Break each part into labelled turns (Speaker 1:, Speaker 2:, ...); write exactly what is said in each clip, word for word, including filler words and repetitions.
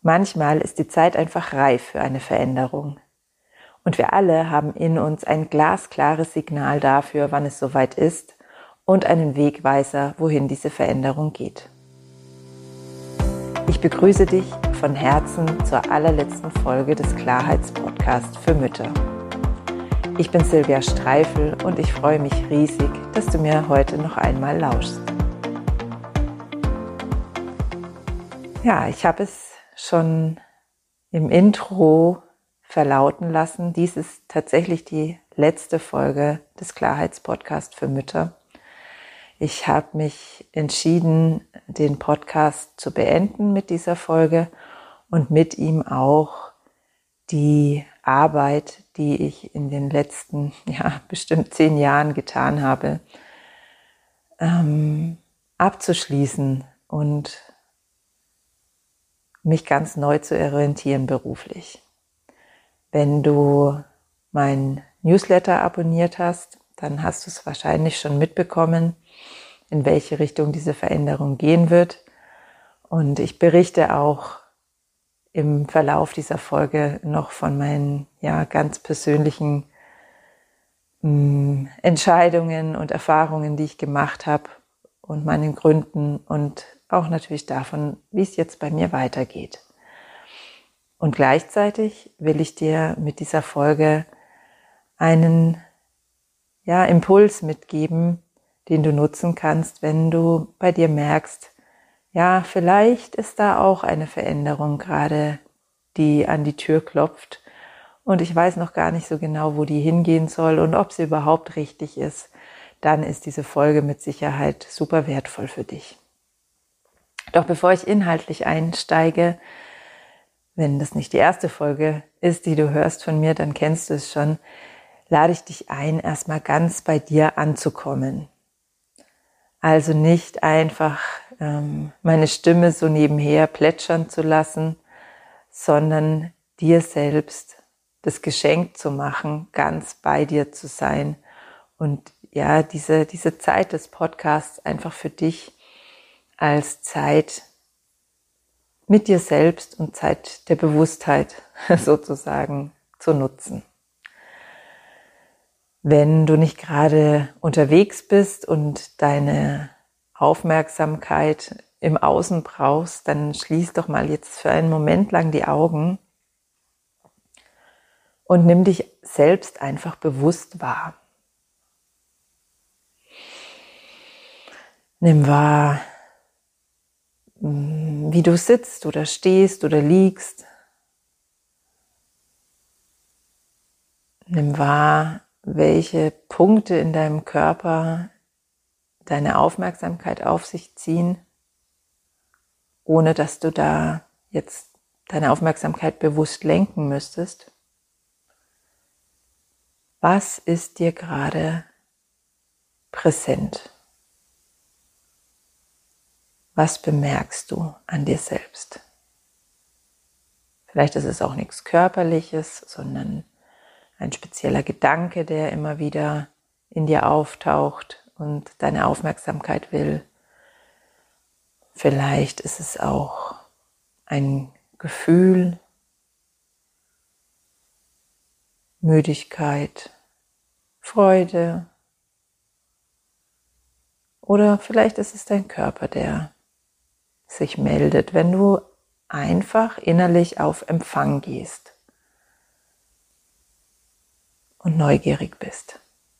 Speaker 1: Manchmal ist die Zeit einfach reif für eine Veränderung. Und wir alle haben in uns ein glasklares Signal dafür, wann es soweit ist und einen Wegweiser, wohin diese Veränderung geht. Ich begrüße dich von Herzen zur allerletzten Folge des Klarheitspodcasts für Mütter. Ich bin Silvia Streifel und ich freue mich riesig, dass du mir heute noch einmal lauschst. Ja, ich habe es schon im Intro verlauten lassen. Dies ist tatsächlich die letzte Folge des Klarheitspodcasts für Mütter. Ich habe mich entschieden, den Podcast zu beenden mit dieser Folge und mit ihm auch die Arbeit, die ich in den letzten, ja, bestimmt zehn Jahren getan habe, ähm, abzuschließen und mich ganz neu zu orientieren beruflich. Wenn du mein Newsletter abonniert hast, dann hast du es wahrscheinlich schon mitbekommen, in welche Richtung diese Veränderung gehen wird. Und ich berichte auch im Verlauf dieser Folge noch von meinen ja, ganz persönlichen mh, Entscheidungen und Erfahrungen, die ich gemacht habe und meinen Gründen und auch natürlich davon, wie es jetzt bei mir weitergeht. Und gleichzeitig will ich dir mit dieser Folge einen ja, Impuls mitgeben, den du nutzen kannst, wenn du bei dir merkst, ja, vielleicht ist da auch eine Veränderung gerade, die an die Tür klopft und ich weiß noch gar nicht so genau, wo die hingehen soll und ob sie überhaupt richtig ist, dann ist diese Folge mit Sicherheit super wertvoll für dich. Doch bevor ich inhaltlich einsteige, wenn das nicht die erste Folge ist, die du hörst von mir, dann kennst du es schon, lade ich dich ein, erstmal ganz bei dir anzukommen. Also nicht einfach ähm, meine Stimme so nebenher plätschern zu lassen, sondern dir selbst das Geschenk zu machen, ganz bei dir zu sein und ja, diese, diese Zeit des Podcasts einfach für dich als Zeit mit dir selbst und Zeit der Bewusstheit sozusagen zu nutzen. Wenn du nicht gerade unterwegs bist und deine Aufmerksamkeit im Außen brauchst, dann schließ doch mal jetzt für einen Moment lang die Augen und nimm dich selbst einfach bewusst wahr. Nimm wahr, wie du sitzt oder stehst oder liegst. Nimm wahr, welche Punkte in deinem Körper deine Aufmerksamkeit auf sich ziehen, ohne dass du da jetzt deine Aufmerksamkeit bewusst lenken müsstest. Was ist dir gerade präsent? Was bemerkst du an dir selbst? Vielleicht ist es auch nichts Körperliches, sondern ein spezieller Gedanke, der immer wieder in dir auftaucht und deine Aufmerksamkeit will. Vielleicht ist es auch ein Gefühl, Müdigkeit, Freude. Oder vielleicht ist es dein Körper, der sich meldet, wenn du einfach innerlich auf Empfang gehst und neugierig bist.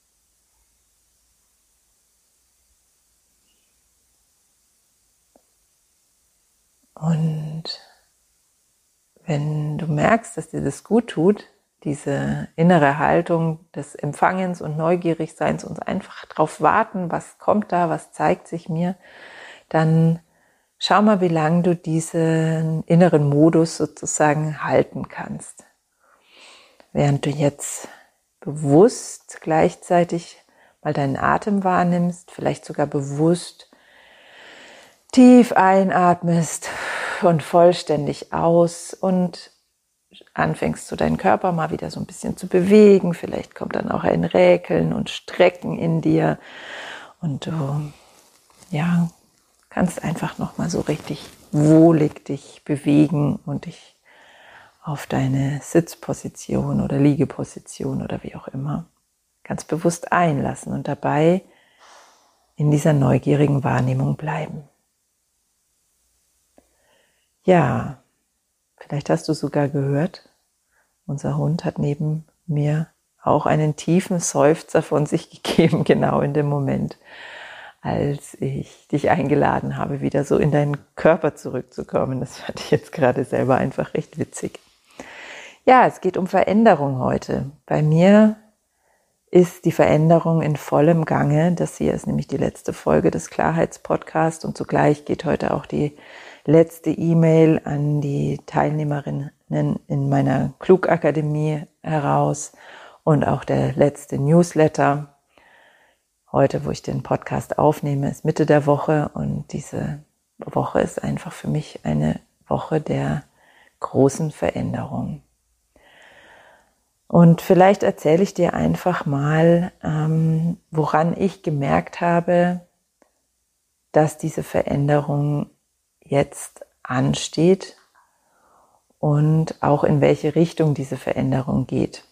Speaker 1: Und wenn du merkst, dass dir das gut tut, diese innere Haltung des Empfangens und Neugierigseins und einfach drauf warten, was kommt da, was zeigt sich mir, dann schau mal, wie lange du diesen inneren Modus sozusagen halten kannst. Während du jetzt bewusst gleichzeitig mal deinen Atem wahrnimmst, vielleicht sogar bewusst tief einatmest und vollständig aus und anfängst du deinen Körper mal wieder so ein bisschen zu bewegen. Vielleicht kommt dann auch ein Räkeln und Strecken in dir und du ja, kannst einfach nochmal so richtig wohlig dich bewegen und dich auf deine Sitzposition oder Liegeposition oder wie auch immer ganz bewusst einlassen und dabei in dieser neugierigen Wahrnehmung bleiben. Ja, vielleicht hast du sogar gehört, unser Hund hat neben mir auch einen tiefen Seufzer von sich gegeben, genau in dem Moment, als ich dich eingeladen habe, wieder so in deinen Körper zurückzukommen. Das fand ich jetzt gerade selber einfach recht witzig. Ja, es geht um Veränderung heute. Bei mir ist die Veränderung in vollem Gange. Das hier ist nämlich die letzte Folge des Klarheitspodcasts und zugleich geht heute auch die letzte E-Mail an die Teilnehmerinnen in meiner Klug-Akademie heraus und auch der letzte Newsletter. Heute, wo ich den Podcast aufnehme, ist Mitte der Woche und diese Woche ist einfach für mich eine Woche der großen Veränderung. Und vielleicht erzähle ich dir einfach mal, ähm, woran ich gemerkt habe, dass diese Veränderung jetzt ansteht und auch in welche Richtung diese Veränderung geht.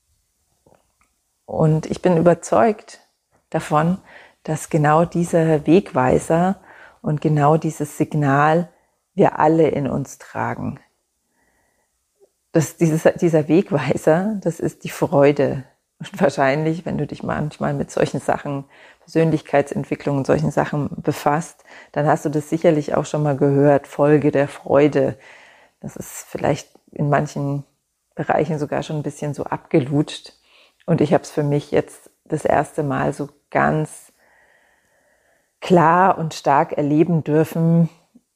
Speaker 1: Und ich bin überzeugt davon, dass genau dieser Wegweiser und genau dieses Signal wir alle in uns tragen. Das, dieses, dieser Wegweiser, das ist die Freude. Und wahrscheinlich, wenn du dich manchmal mit solchen Sachen, Persönlichkeitsentwicklung und solchen Sachen befasst, dann hast du das sicherlich auch schon mal gehört, Folge der Freude. Das ist vielleicht in manchen Bereichen sogar schon ein bisschen so abgelutscht. Und ich habe es für mich jetzt das erste Mal so ganz klar und stark erleben dürfen,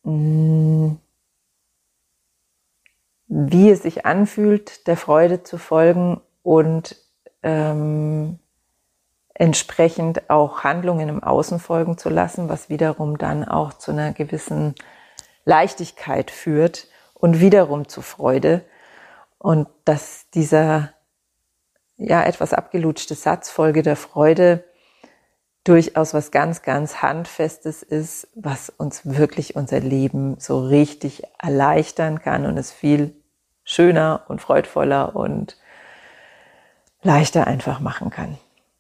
Speaker 1: wie es sich anfühlt, der Freude zu folgen und ähm, entsprechend auch Handlungen im Außen folgen zu lassen, was wiederum dann auch zu einer gewissen Leichtigkeit führt und wiederum zu Freude. Und dass dieser ja etwas abgelutschte Satz, Folge der Freude, durchaus was ganz, ganz Handfestes ist, was uns wirklich unser Leben so richtig erleichtern kann und es viel schöner und freudvoller und leichter einfach machen kann.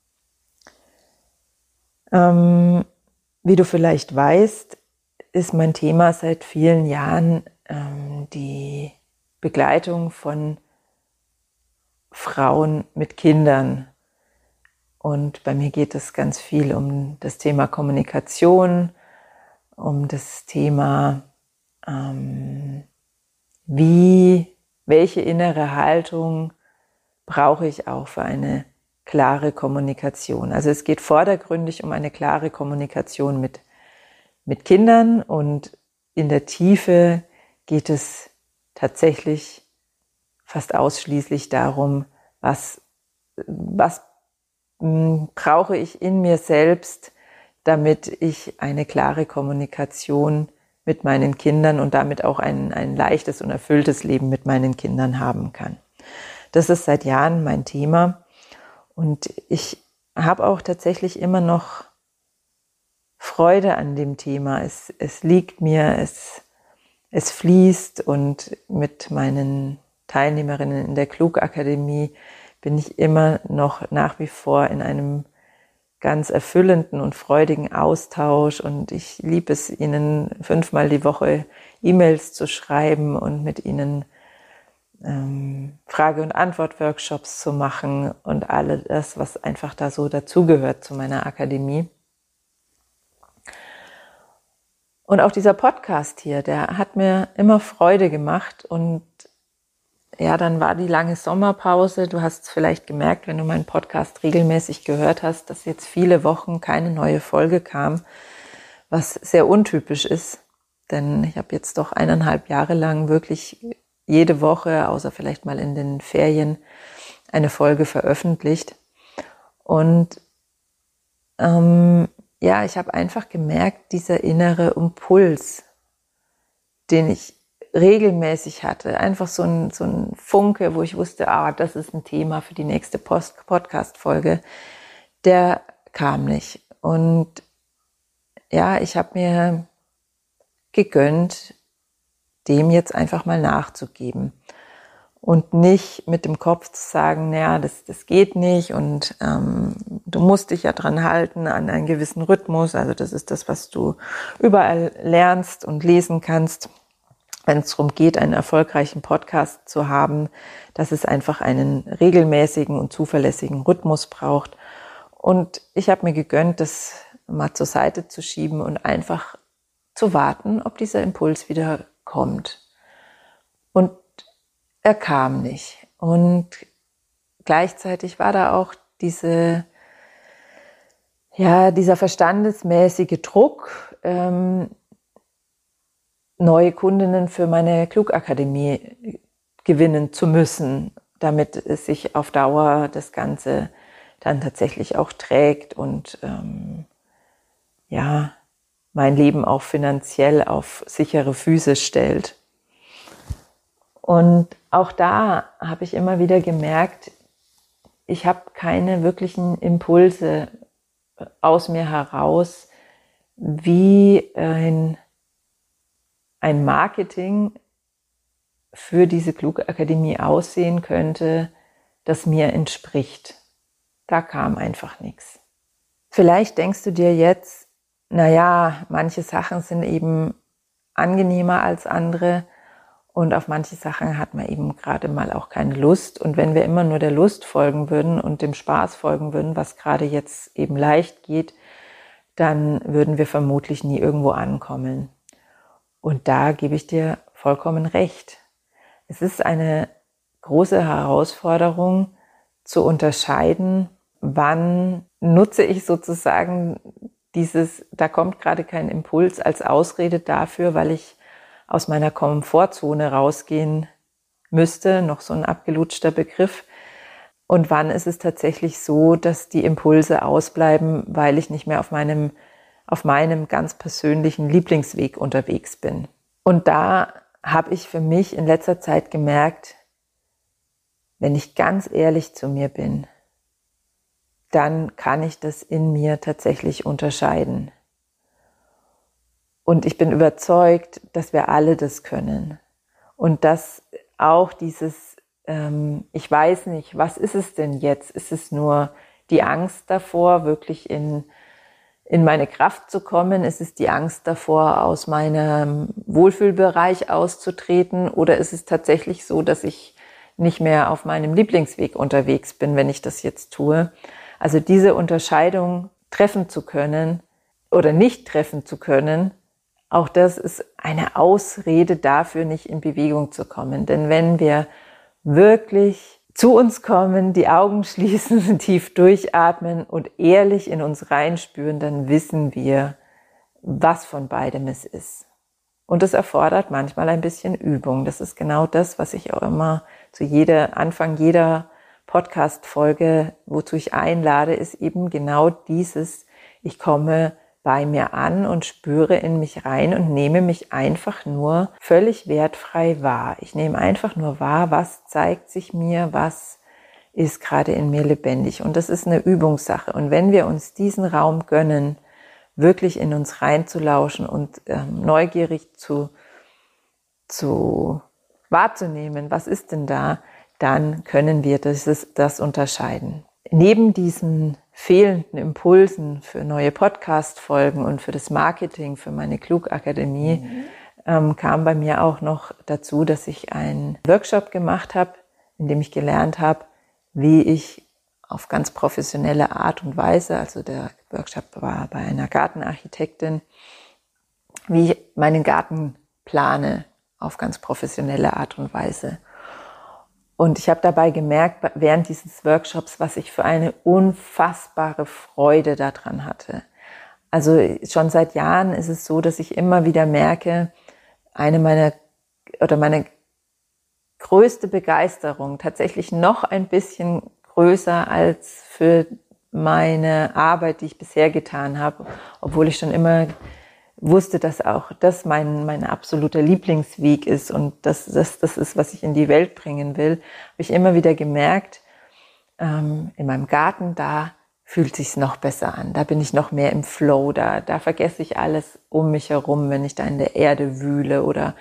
Speaker 1: Ähm, wie du vielleicht weißt, ist mein Thema seit vielen Jahren ähm, die Begleitung von Frauen mit Kindern. Und bei mir geht es ganz viel um das Thema Kommunikation, um das Thema, ähm, wie, welche innere Haltung brauche ich auch für eine klare Kommunikation. Also es geht vordergründig um eine klare Kommunikation mit, mit Kindern und in der Tiefe geht es tatsächlich fast ausschließlich darum, was, was brauche ich in mir selbst, damit ich eine klare Kommunikation mit meinen Kindern und damit auch ein, ein leichtes und erfülltes Leben mit meinen Kindern haben kann. Das ist seit Jahren mein Thema und ich habe auch tatsächlich immer noch Freude an dem Thema. Es, es liegt mir, es, es fließt und mit meinen Teilnehmerinnen in der Klug-Akademie bin ich immer noch nach wie vor in einem ganz erfüllenden und freudigen Austausch und ich liebe es, ihnen fünfmal die Woche E-Mails zu schreiben und mit ihnen ähm, Frage- und Antwort-Workshops zu machen und alles das, was einfach da so dazugehört zu meiner Akademie. Und auch dieser Podcast hier, der hat mir immer Freude gemacht und ja, dann war die lange Sommerpause. Du hast es vielleicht gemerkt, wenn du meinen Podcast regelmäßig gehört hast, dass jetzt viele Wochen keine neue Folge kam, was sehr untypisch ist. Denn ich habe jetzt doch eineinhalb Jahre lang wirklich jede Woche, außer vielleicht mal in den Ferien, eine Folge veröffentlicht. Und ähm, ja, ich habe einfach gemerkt, dieser innere Impuls, den ich regelmäßig hatte, einfach so ein, so ein Funke, wo ich wusste, ah, das ist ein Thema für die nächste Post- Podcast-Folge, der kam nicht. Und ja, ich habe mir gegönnt, dem jetzt einfach mal nachzugeben. Und nicht mit dem Kopf zu sagen, naja, das, das geht nicht und ähm, du musst dich ja dran halten an einen gewissen Rhythmus. Also das ist das, was du überall lernst und lesen kannst, wenn es darum geht, einen erfolgreichen Podcast zu haben, dass es einfach einen regelmäßigen und zuverlässigen Rhythmus braucht. Und ich habe mir gegönnt, das mal zur Seite zu schieben und einfach zu warten, ob dieser Impuls wieder kommt. Und er kam nicht. Und gleichzeitig war da auch diese, ja, dieser verstandesmäßige Druck, ähm, neue Kundinnen für meine Klugakademie gewinnen zu müssen, damit es sich auf Dauer das Ganze dann tatsächlich auch trägt und ähm, ja, mein Leben auch finanziell auf sichere Füße stellt. Und auch da habe ich immer wieder gemerkt, ich habe keine wirklichen Impulse aus mir heraus, wie ein, ein Marketing für diese Klugakademie aussehen könnte, das mir entspricht. Da kam einfach nichts. Vielleicht denkst du dir jetzt, naja, manche Sachen sind eben angenehmer als andere und auf manche Sachen hat man eben gerade mal auch keine Lust. Und wenn wir immer nur der Lust folgen würden und dem Spaß folgen würden, was gerade jetzt eben leicht geht, dann würden wir vermutlich nie irgendwo ankommen. Und da gebe ich dir vollkommen recht. Es ist eine große Herausforderung zu unterscheiden, wann nutze ich sozusagen dieses, da kommt gerade kein Impuls als Ausrede dafür, weil ich aus meiner Komfortzone rausgehen müsste, noch so ein abgelutschter Begriff. Und wann ist es tatsächlich so, dass die Impulse ausbleiben, weil ich nicht mehr auf meinem, auf meinem ganz persönlichen Lieblingsweg unterwegs bin. Und da habe ich für mich in letzter Zeit gemerkt, wenn ich ganz ehrlich zu mir bin, dann kann ich das in mir tatsächlich unterscheiden. Und ich bin überzeugt, dass wir alle das können. Und dass auch dieses, ähm, ich weiß nicht, was ist es denn jetzt? Ist es nur die Angst davor, wirklich in, in meine Kraft zu kommen? Ist es die Angst davor, aus meinem Wohlfühlbereich auszutreten? Oder ist es tatsächlich so, dass ich nicht mehr auf meinem Lieblingsweg unterwegs bin, wenn ich das jetzt tue? Also diese Unterscheidung treffen zu können oder nicht treffen zu können, auch das ist eine Ausrede dafür, nicht in Bewegung zu kommen. Denn wenn wir wirklich zu uns kommen, die Augen schließen, tief durchatmen und ehrlich in uns reinspüren, dann wissen wir, was von beidem es ist. Und das erfordert manchmal ein bisschen Übung. Das ist genau das, was ich auch immer zu jeder, Anfang jeder Podcast-Folge, wozu ich einlade, ist eben genau dieses, ich komme bei mir an und spüre in mich rein und nehme mich einfach nur völlig wertfrei wahr. Ich nehme einfach nur wahr, was zeigt sich mir, was ist gerade in mir lebendig. Und das ist eine Übungssache. Und wenn wir uns diesen Raum gönnen, wirklich in uns reinzulauschen und ähm, neugierig zu, zu wahrzunehmen, was ist denn da, dann können wir das, das unterscheiden. Neben diesen fehlenden Impulsen für neue Podcast-Folgen und für das Marketing, für meine Klugakademie, mhm. ähm, kam bei mir auch noch dazu, dass ich einen Workshop gemacht habe, in dem ich gelernt habe, wie ich auf ganz professionelle Art und Weise, also der Workshop war bei einer Gartenarchitektin, wie ich meinen Garten plane auf ganz professionelle Art und Weise. Und ich habe dabei gemerkt, während dieses Workshops, was ich für eine unfassbare Freude daran hatte. Also schon seit Jahren ist es so, dass ich immer wieder merke, eine meiner oder meine größte Begeisterung, tatsächlich noch ein bisschen größer als für meine Arbeit, die ich bisher getan habe, obwohl ich schon immer wusste, dass auch das mein, mein absoluter Lieblingsweg ist und das, das, das ist, was ich in die Welt bringen will, habe ich immer wieder gemerkt, ähm, in meinem Garten, da fühlt sich's noch besser an, da bin ich noch mehr im Flow, da, da vergesse ich alles um mich herum, wenn ich da in der Erde wühle oder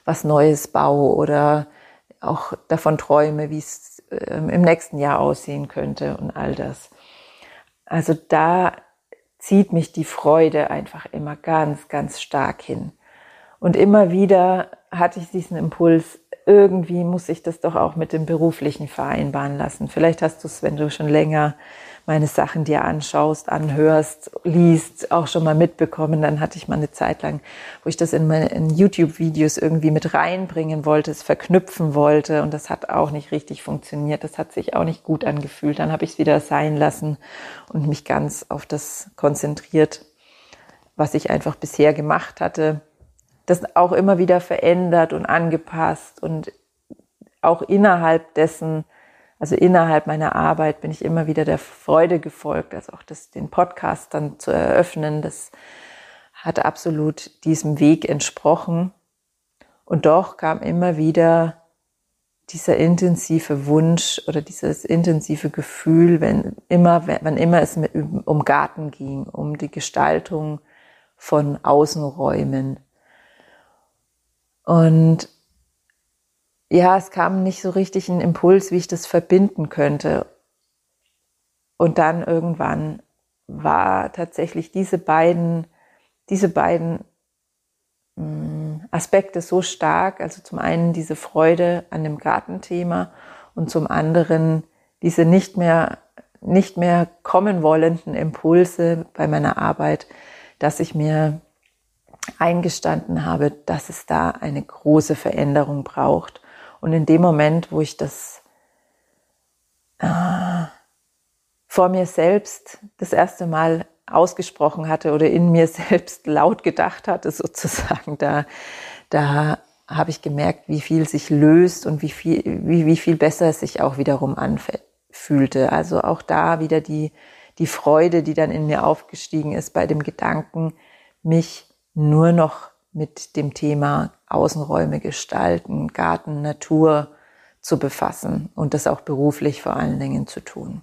Speaker 1: was Neues baue oder auch davon träume, wie es äh, im nächsten Jahr aussehen könnte und all das. Also da zieht mich die Freude einfach immer ganz, ganz stark hin. Und immer wieder hatte ich diesen Impuls, irgendwie muss ich das doch auch mit dem Beruflichen vereinbaren lassen. Vielleicht hast du es, wenn du schon länger meine Sachen dir anschaust, anhörst, liest, auch schon mal mitbekommen. Dann hatte ich mal eine Zeit lang, wo ich das in meine in YouTube-Videos irgendwie mit reinbringen wollte, es verknüpfen wollte, und das hat auch nicht richtig funktioniert. Das hat sich auch nicht gut angefühlt. Dann habe ich es wieder sein lassen und mich ganz auf das konzentriert, was ich einfach bisher gemacht hatte. Das auch immer wieder verändert und angepasst, und auch innerhalb dessen, also innerhalb meiner Arbeit, bin ich immer wieder der Freude gefolgt, also auch das, den Podcast dann zu eröffnen, das hat absolut diesem Weg entsprochen. Und doch kam immer wieder dieser intensive Wunsch oder dieses intensive Gefühl, wenn immer, wann immer es um Garten ging, um die Gestaltung von Außenräumen. Und ja, es kam nicht so richtig ein Impuls, wie ich das verbinden könnte. Und dann irgendwann war tatsächlich diese beiden, diese beiden mh, Aspekte so stark, also zum einen diese Freude an dem Gartenthema und zum anderen diese nicht mehr, nicht mehr kommen wollenden Impulse bei meiner Arbeit, dass ich mir eingestanden habe, dass es da eine große Veränderung braucht. Und in dem Moment, wo ich das äh, vor mir selbst das erste Mal ausgesprochen hatte oder in mir selbst laut gedacht hatte, sozusagen, da, da habe ich gemerkt, wie viel sich löst und wie viel, wie, wie viel besser es sich auch wiederum anfühlte. Also auch da wieder die, die Freude, die dann in mir aufgestiegen ist bei dem Gedanken, mich nur noch mit dem Thema Außenräume gestalten, Garten, Natur zu befassen und das auch beruflich vor allen Dingen zu tun.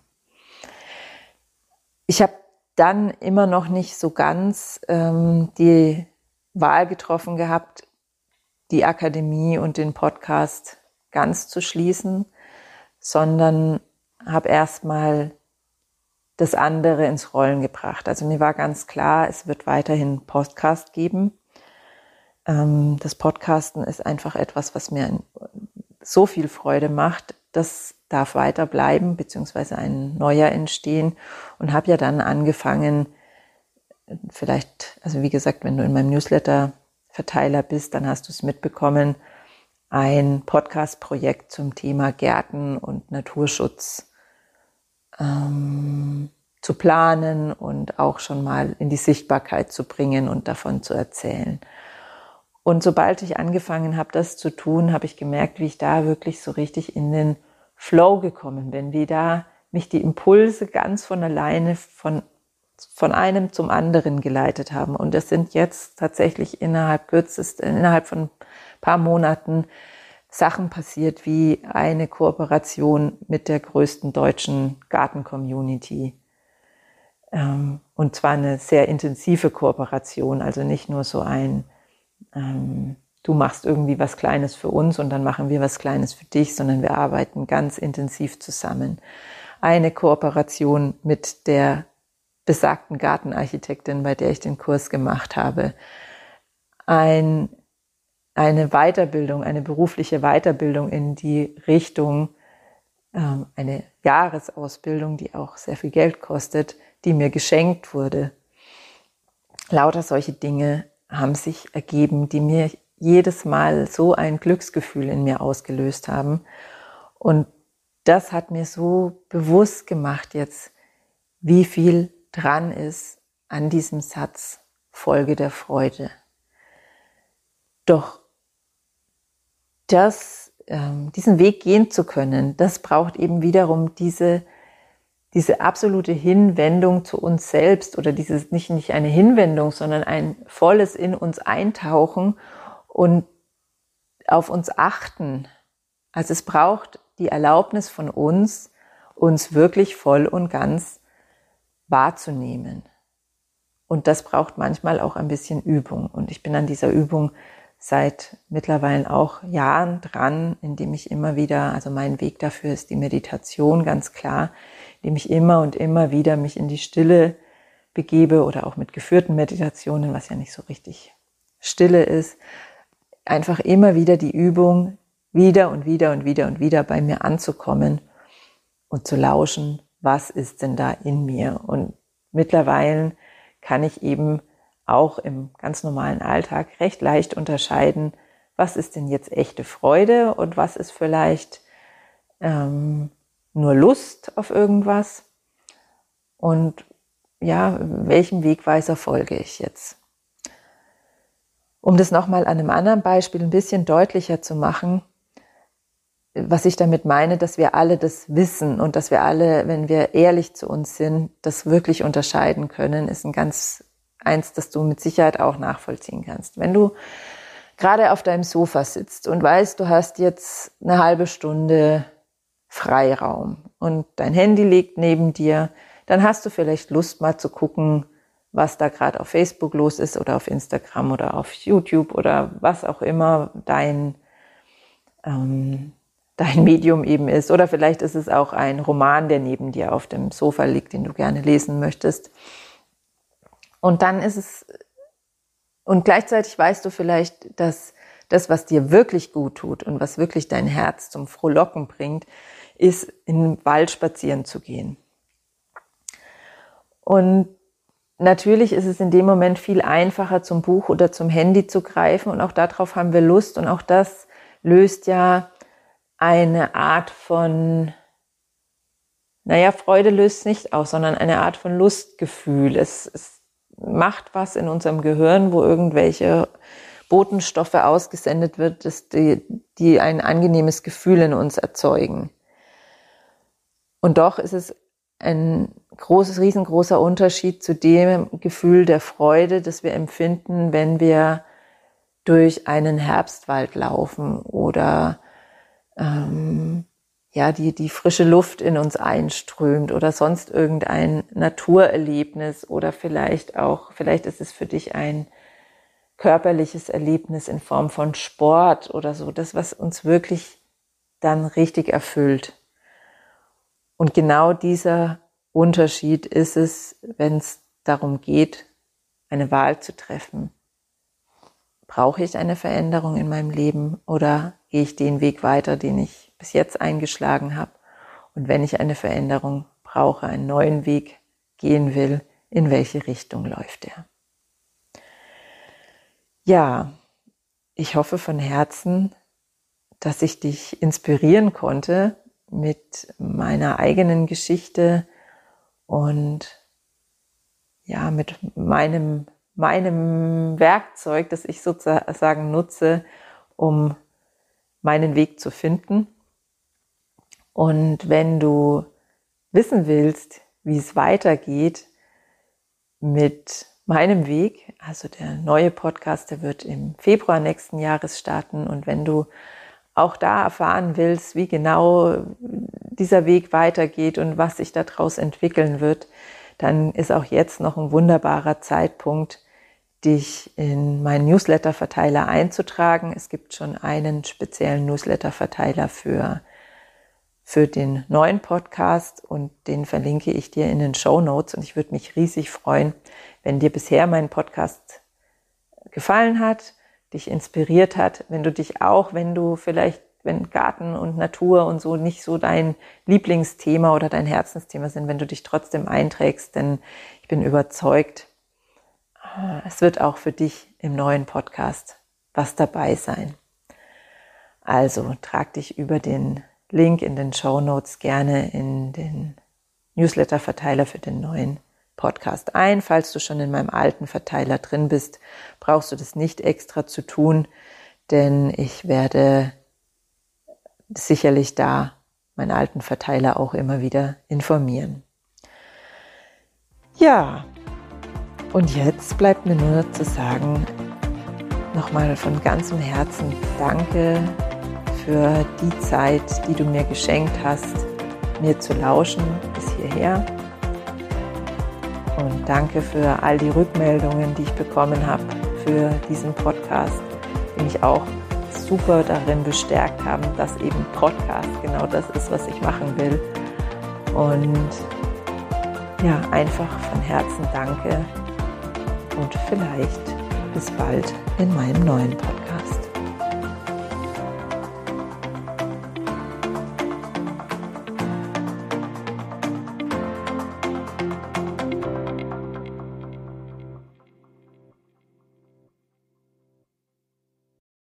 Speaker 1: Ich habe dann immer noch nicht so ganz ähm, die Wahl getroffen gehabt, die Akademie und den Podcast ganz zu schließen, sondern habe erstmal das andere ins Rollen gebracht. Also mir war ganz klar, es wird weiterhin Podcast geben. Ähm, das Podcasten ist einfach etwas, was mir so viel Freude macht. Das darf weiter bleiben, beziehungsweise ein neuer entstehen, und habe ja dann angefangen, vielleicht, also wie gesagt, wenn du in meinem Newsletter-Verteiler bist, dann hast du es mitbekommen, ein Podcast-Projekt zum Thema Gärten und Naturschutz Ähm, zu planen und auch schon mal in die Sichtbarkeit zu bringen und davon zu erzählen. Und sobald ich angefangen habe, das zu tun, habe ich gemerkt, wie ich da wirklich so richtig in den Flow gekommen bin, wie da mich die Impulse ganz von alleine von, von einem zum anderen geleitet haben. Und das sind jetzt tatsächlich innerhalb kürzest, innerhalb von ein paar Monaten Sachen passiert wie eine Kooperation mit der größten deutschen Garten-Community. Ähm, und zwar eine sehr intensive Kooperation, also nicht nur so ein, ähm, du machst irgendwie was Kleines für uns und dann machen wir was Kleines für dich, sondern wir arbeiten ganz intensiv zusammen. Eine Kooperation mit der besagten Gartenarchitektin, bei der ich den Kurs gemacht habe. Ein eine Weiterbildung, eine berufliche Weiterbildung in die Richtung, ähm, eine Jahresausbildung, die auch sehr viel Geld kostet, die mir geschenkt wurde. Lauter solche Dinge haben sich ergeben, die mir jedes Mal so ein Glücksgefühl in mir ausgelöst haben. Und das hat mir so bewusst gemacht jetzt, wie viel dran ist an diesem Satz, Folge der Freude. Doch das, ähm, diesen Weg gehen zu können, das braucht eben wiederum diese, diese absolute Hinwendung zu uns selbst, oder dieses nicht, nicht eine Hinwendung, sondern ein volles in uns eintauchen und auf uns achten. Also es braucht die Erlaubnis von uns, uns wirklich voll und ganz wahrzunehmen. Und das braucht manchmal auch ein bisschen Übung. Und ich bin an dieser Übung seit mittlerweile auch Jahren dran, indem ich immer wieder, also mein Weg dafür ist die Meditation, ganz klar, indem ich immer und immer wieder mich in die Stille begebe oder auch mit geführten Meditationen, was ja nicht so richtig Stille ist, einfach immer wieder die Übung, wieder und wieder und wieder und wieder bei mir anzukommen und zu lauschen, was ist denn da in mir? Und mittlerweile kann ich eben auch im ganz normalen Alltag recht leicht unterscheiden, was ist denn jetzt echte Freude und was ist vielleicht ähm, nur Lust auf irgendwas und ja, welchem Wegweiser folge ich jetzt? Um das nochmal an einem anderen Beispiel ein bisschen deutlicher zu machen, was ich damit meine, dass wir alle das wissen und dass wir alle, wenn wir ehrlich zu uns sind, das wirklich unterscheiden können, ist ein ganz eins, das du mit Sicherheit auch nachvollziehen kannst. Wenn du gerade auf deinem Sofa sitzt und weißt, du hast jetzt eine halbe Stunde Freiraum und dein Handy liegt neben dir, dann hast du vielleicht Lust mal zu gucken, was da gerade auf Facebook los ist oder auf Instagram oder auf YouTube oder was auch immer dein, ähm, dein Medium eben ist. Oder vielleicht ist es auch ein Roman, der neben dir auf dem Sofa liegt, den du gerne lesen möchtest. Und dann ist es, und gleichzeitig weißt du vielleicht, dass das, was dir wirklich gut tut und was wirklich dein Herz zum Frohlocken bringt, ist, in den Wald spazieren zu gehen. Und natürlich ist es in dem Moment viel einfacher, zum Buch oder zum Handy zu greifen und auch darauf haben wir Lust und auch das löst ja eine Art von, naja, Freude löst es nicht aus, sondern eine Art von Lustgefühl. Es, es macht was in unserem Gehirn, wo irgendwelche Botenstoffe ausgesendet wird, dass die, die ein angenehmes Gefühl in uns erzeugen. Und doch ist es ein großes, riesengroßer Unterschied zu dem Gefühl der Freude, das wir empfinden, wenn wir durch einen Herbstwald laufen oder ähm, ja, die, die frische Luft in uns einströmt oder sonst irgendein Naturerlebnis oder vielleicht auch, vielleicht ist es für dich ein körperliches Erlebnis in Form von Sport oder so, das, was uns wirklich dann richtig erfüllt. Und genau dieser Unterschied ist es, wenn es darum geht, eine Wahl zu treffen. Brauche ich eine Veränderung in meinem Leben oder gehe ich den Weg weiter, den ich bis jetzt eingeschlagen habe? Und wenn ich eine Veränderung brauche, einen neuen Weg gehen will, in welche Richtung läuft er? Ja, ich hoffe von Herzen, dass ich dich inspirieren konnte mit meiner eigenen Geschichte und ja, mit meinem, meinem Werkzeug, das ich sozusagen nutze, um meinen Weg zu finden. Und wenn du wissen willst, wie es weitergeht mit meinem Weg, also der neue Podcast, der wird im Februar nächsten Jahres starten. Und wenn du auch da erfahren willst, wie genau dieser Weg weitergeht und was sich daraus entwickeln wird, dann ist auch jetzt noch ein wunderbarer Zeitpunkt, dich in meinen Newsletter-Verteiler einzutragen. Es gibt schon einen speziellen Newsletter-Verteiler für, für den neuen Podcast und den verlinke ich dir in den Shownotes. Und ich würde mich riesig freuen, wenn dir bisher mein Podcast gefallen hat, dich inspiriert hat, wenn du dich auch, wenn du vielleicht, wenn Garten und Natur und so nicht so dein Lieblingsthema oder dein Herzensthema sind, wenn du dich trotzdem einträgst, denn ich bin überzeugt, es wird auch für dich im neuen Podcast was dabei sein. Also trag dich über den Link in den Shownotes gerne in den Newsletter-Verteiler für den neuen Podcast ein. Falls du schon in meinem alten Verteiler drin bist, brauchst du das nicht extra zu tun, denn ich werde sicherlich da meinen alten Verteiler auch immer wieder informieren. Ja, und jetzt bleibt mir nur zu sagen, nochmal von ganzem Herzen danke für die Zeit, die du mir geschenkt hast, mir zu lauschen bis hierher. Und danke für all die Rückmeldungen, die ich bekommen habe für diesen Podcast. die mich auch super darin bestärkt haben, dass eben Podcast genau das ist, was ich machen will. Und ja, einfach von Herzen danke und vielleicht bis bald in meinem neuen Podcast.